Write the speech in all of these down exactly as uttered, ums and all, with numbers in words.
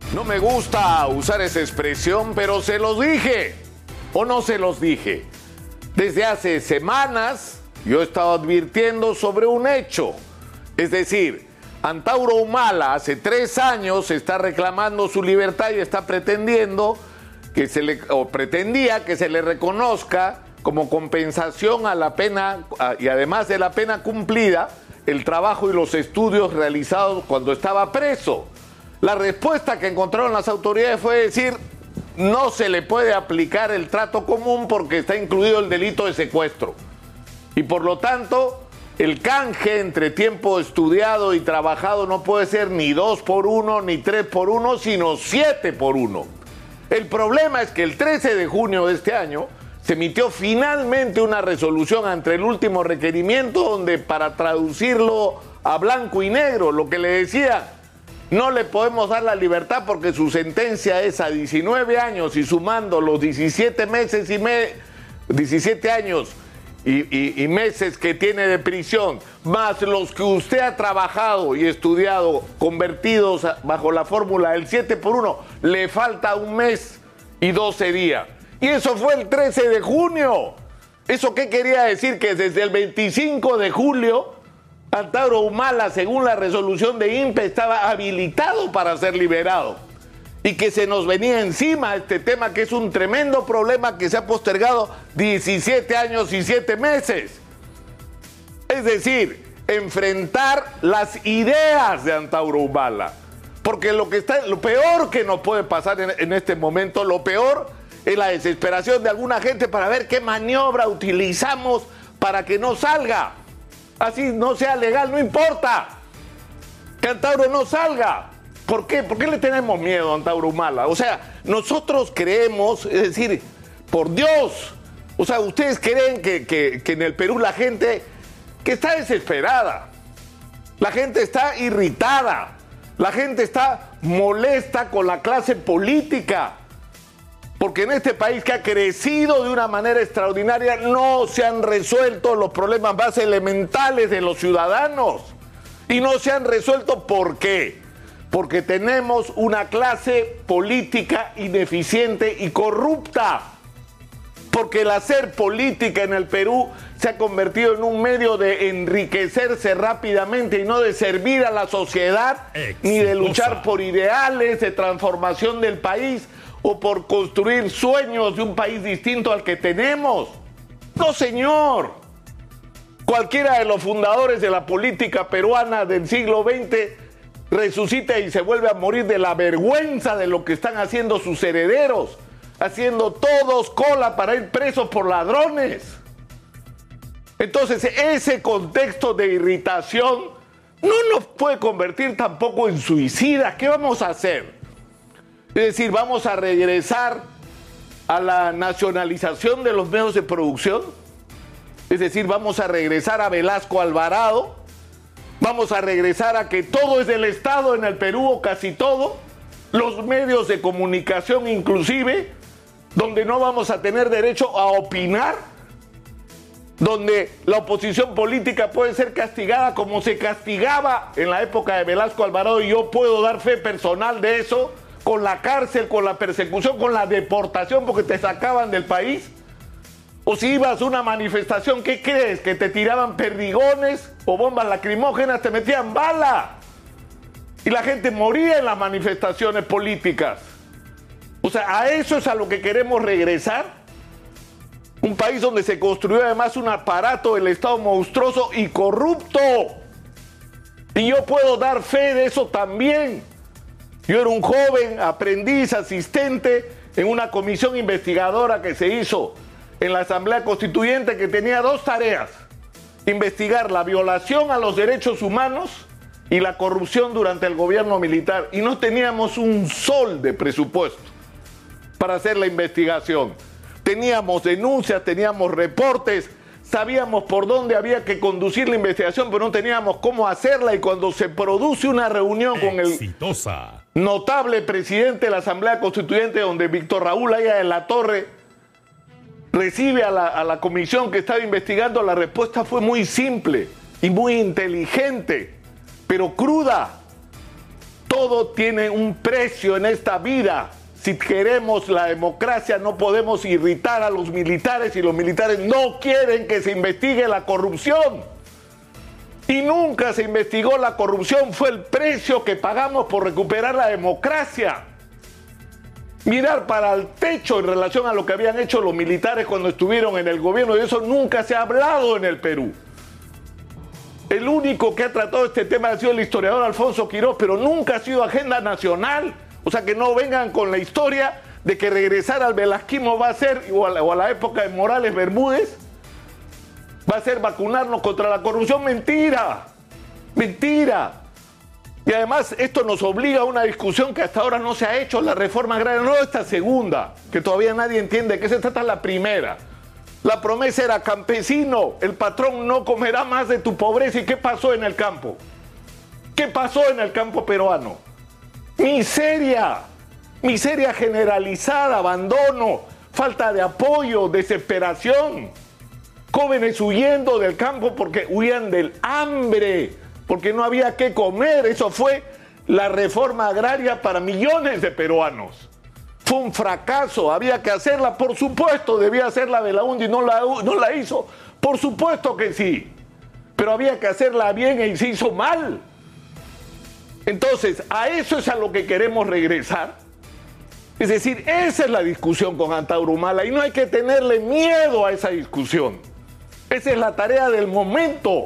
No me gusta usar esa expresión, pero se los dije, o no se los dije. Desde hace semanas yo he estado advirtiendo sobre un hecho. Es decir, Antauro Humala hace tres años está reclamando su libertad y está pretendiendo que se le, o pretendía que se le reconozca como compensación a la pena, a, y además de la pena cumplida, el trabajo y los estudios realizados cuando estaba preso. La respuesta que encontraron las autoridades fue decir, no se le puede aplicar el trato común porque está incluido el delito de secuestro. Y por lo tanto, el canje entre tiempo estudiado y trabajado no puede ser ni dos por uno, ni tres por uno, sino siete por uno. El problema es que el trece de junio de este año se emitió finalmente una resolución ante el último requerimiento donde, para traducirlo a blanco y negro, lo que le decía, no le podemos dar la libertad porque su sentencia es a diecinueve años y sumando los diecisiete meses y me, diecisiete años y, y, y meses que tiene de prisión, más los que usted ha trabajado y estudiado convertidos bajo la fórmula del siete por uno, le falta un mes y doce días. Y eso fue el trece de junio. ¿Eso qué quería decir? Que desde el veinticinco de julio, Antauro Humala, según la resolución de I N P E, estaba habilitado para ser liberado. Y que se nos venía encima este tema, que es un tremendo problema que se ha postergado diecisiete años y siete meses. Es decir, enfrentar las ideas de Antauro Humala. Porque lo, que está, lo peor que nos puede pasar en, en este momento, lo peor es la desesperación de alguna gente para ver qué maniobra utilizamos para que no salga. Así no sea legal, no importa. Que Antauro no salga. ¿Por qué? ¿Por qué le tenemos miedo a Antauro Humala? O sea, nosotros creemos, es decir, por Dios, o sea, ustedes creen que, que, que en el Perú la gente que está desesperada, la gente está irritada, la gente está molesta con la clase política. Porque en este país que ha crecido de una manera extraordinaria no se han resuelto los problemas más elementales de los ciudadanos. Y no se han resuelto, ¿por qué? Porque tenemos una clase política ineficiente y corrupta. Porque el hacer política en el Perú se ha convertido en un medio de enriquecerse rápidamente y no de servir a la sociedad, Exitosa. Ni de luchar por ideales de transformación del país, o por construir sueños de un país distinto al que tenemos. No, señor. Cualquiera de los fundadores de la política peruana del siglo veinte resucita y se vuelve a morir de la vergüenza de lo que están haciendo sus herederos, haciendo todos cola para ir presos por ladrones. Entonces, ese contexto de irritación no nos puede convertir tampoco en suicidas. ¿Qué vamos a hacer? Es decir, ¿vamos a regresar a la nacionalización de los medios de producción? Es decir, ¿vamos a regresar a Velasco Alvarado? ¿Vamos a regresar a que todo es del Estado en el Perú o casi todo? Los medios de comunicación inclusive, donde no vamos a tener derecho a opinar, donde la oposición política puede ser castigada como se castigaba en la época de Velasco Alvarado, y yo puedo dar fe personal de eso, con la cárcel, con la persecución, con la deportación porque te sacaban del país. O si ibas a una manifestación, ¿qué crees? ¿Que te tiraban perdigones o bombas lacrimógenas? Te metían bala. Y la gente moría en las manifestaciones políticas. O sea, ¿a eso es a lo que queremos regresar? Un país donde se construyó además un aparato del Estado monstruoso y corrupto. Y yo puedo dar fe de eso también. Yo era un joven aprendiz, asistente en una comisión investigadora que se hizo en la Asamblea Constituyente, que tenía dos tareas: investigar la violación a los derechos humanos y la corrupción durante el gobierno militar. Y no teníamos un sol de presupuesto para hacer la investigación. Teníamos denuncias, teníamos reportes, sabíamos por dónde había que conducir la investigación, pero no teníamos cómo hacerla. Y cuando se produce una reunión con Exitosa. el notable presidente de la Asamblea Constituyente, donde Víctor Raúl Aya de la Torre recibe a la, a la comisión que estaba investigando, la respuesta fue muy simple y muy inteligente, pero cruda. todo tiene un precio en esta vida. Si queremos la democracia, no podemos irritar a los militares y los militares no quieren que se investigue la corrupción. Y nunca se investigó la corrupción, fue el precio que pagamos por recuperar la democracia. Mirar para el techo en relación a lo que habían hecho los militares cuando estuvieron en el gobierno, y eso nunca se ha hablado en el Perú. El único que ha tratado este tema ha sido el historiador Alfonso Quirós, pero nunca ha sido agenda nacional. O sea, que no vengan con la historia de que regresar al velasquismo va a ser, o a la, o a la época de Morales Bermúdez, va a ser vacunarnos contra la corrupción. Mentira, mentira. Y además esto nos obliga a una discusión que hasta ahora no se ha hecho, la reforma agraria, no esta segunda, que todavía nadie entiende de qué se trata la primera. La promesa era: campesino, el patrón no comerá más de tu pobreza. ¿Y qué pasó en el campo? ¿Qué pasó en el campo peruano? Miseria, miseria generalizada, abandono, falta de apoyo, desesperación. Jóvenes huyendo del campo porque huían del hambre, porque no había qué comer. Eso fue la reforma agraria para millones de peruanos. Fue un fracaso, había que hacerla, por supuesto, debía hacerla Belaúnde y no la, no la hizo, por supuesto que sí, pero había que hacerla bien y se hizo mal. Entonces, a eso es a lo que queremos regresar. Es decir, esa es la discusión con Antauro Humala y no hay que tenerle miedo a esa discusión. Esa es la tarea del momento.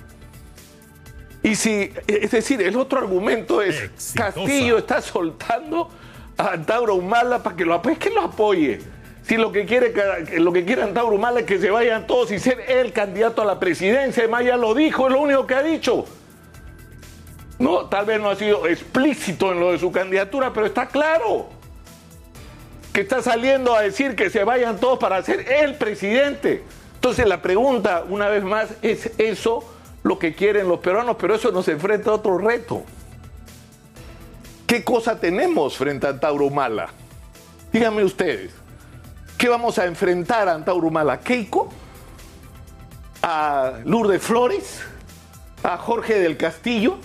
Y si, es decir, el otro argumento es: exitosa. Castillo está soltando a Antauro Humala para que lo apoye. ¿Qué lo apoye? Si lo que quiere lo que quiere Antauro Humala es que se vayan todos y ser el candidato a la presidencia. Además ya lo dijo, es lo único que ha dicho. No, tal vez no ha sido explícito en lo de su candidatura, pero está claro que está saliendo a decir que se vayan todos para ser el presidente. Entonces la pregunta, una vez más, ¿es eso lo que quieren los peruanos? Pero eso nos enfrenta a otro reto. ¿Qué cosa tenemos frente a Antauro Humala? Díganme ustedes, ¿qué vamos a enfrentar a Antauro Humala? ¿Keiko? ¿A Lourdes Flores? ¿A Jorge del Castillo?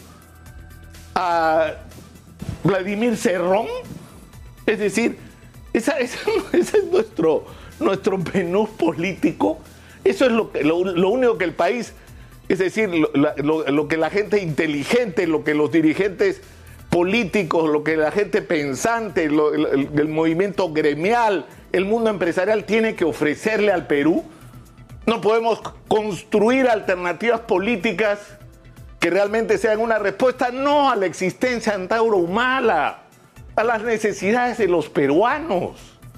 ¿A Vladimir Cerrón? Es decir, esa, esa, ese es nuestro, nuestro menú político. Eso es lo, que, lo, lo único que el país, es decir, lo, lo, lo que la gente inteligente, lo que los dirigentes políticos, lo que la gente pensante, lo, el, el movimiento gremial, el mundo empresarial tiene que ofrecerle al Perú. No podemos construir alternativas políticas que realmente sean una respuesta no a la existencia de Antauro Humala, a las necesidades de los peruanos,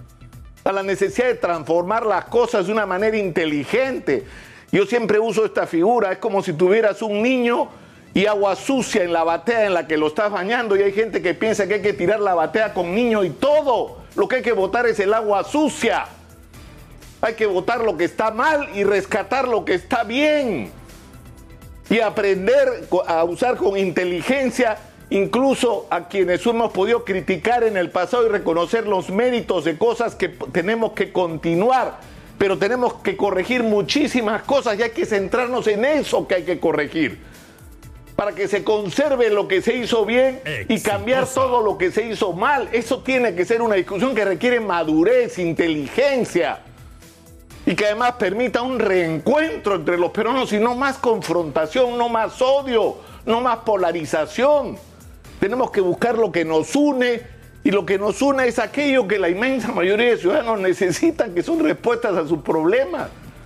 a la necesidad de transformar las cosas de una manera inteligente. Yo siempre uso esta figura, es como si tuvieras un niño y agua sucia en la batea en la que lo estás bañando, y hay gente que piensa que hay que tirar la batea con niño y todo. Lo que hay que botar es el agua sucia. Hay que botar lo que está mal y rescatar lo que está bien. Y aprender a usar con inteligencia incluso a quienes hemos podido criticar en el pasado y reconocer los méritos de cosas que tenemos que continuar. Pero tenemos que corregir muchísimas cosas y hay que centrarnos en eso que hay que corregir, para que se conserve lo que se hizo bien y cambiar todo lo que se hizo mal. Eso tiene que ser una discusión que requiere madurez, inteligencia, y que además permita un reencuentro entre los peruanos y no más confrontación, no más odio, no más polarización. Tenemos que buscar lo que nos une, y lo que nos une es aquello que la inmensa mayoría de ciudadanos necesitan, que son respuestas a sus problemas.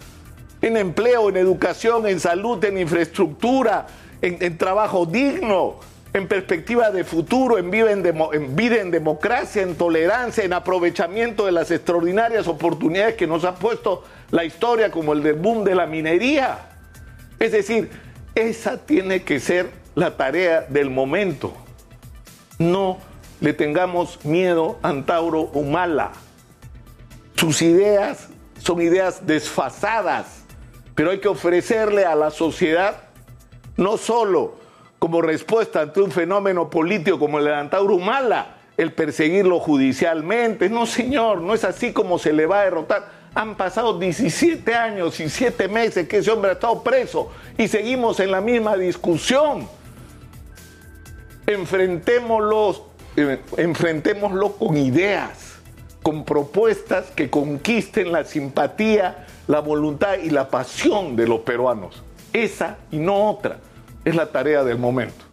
En empleo, en educación, en salud, en infraestructura, en, en trabajo digno, en perspectiva de futuro, en vida en, demo, en vida en democracia, en tolerancia, en aprovechamiento de las extraordinarias oportunidades que nos ha puesto la historia, como el del boom de la minería. Es decir, esa tiene que ser la tarea del momento. No le tengamos miedo a Antauro Humala. Sus ideas son ideas desfasadas, pero hay que ofrecerle a la sociedad, no solo como respuesta ante un fenómeno político como el de Antauro Humala, el perseguirlo judicialmente. No, señor, no es así como se le va a derrotar. Han pasado diecisiete años y siete meses que ese hombre ha estado preso y seguimos en la misma discusión. enfrentémoslo, eh, enfrentémoslo con ideas, con propuestas que conquisten la simpatía, la voluntad y la pasión de los peruanos. Esa y no otra es la tarea del momento.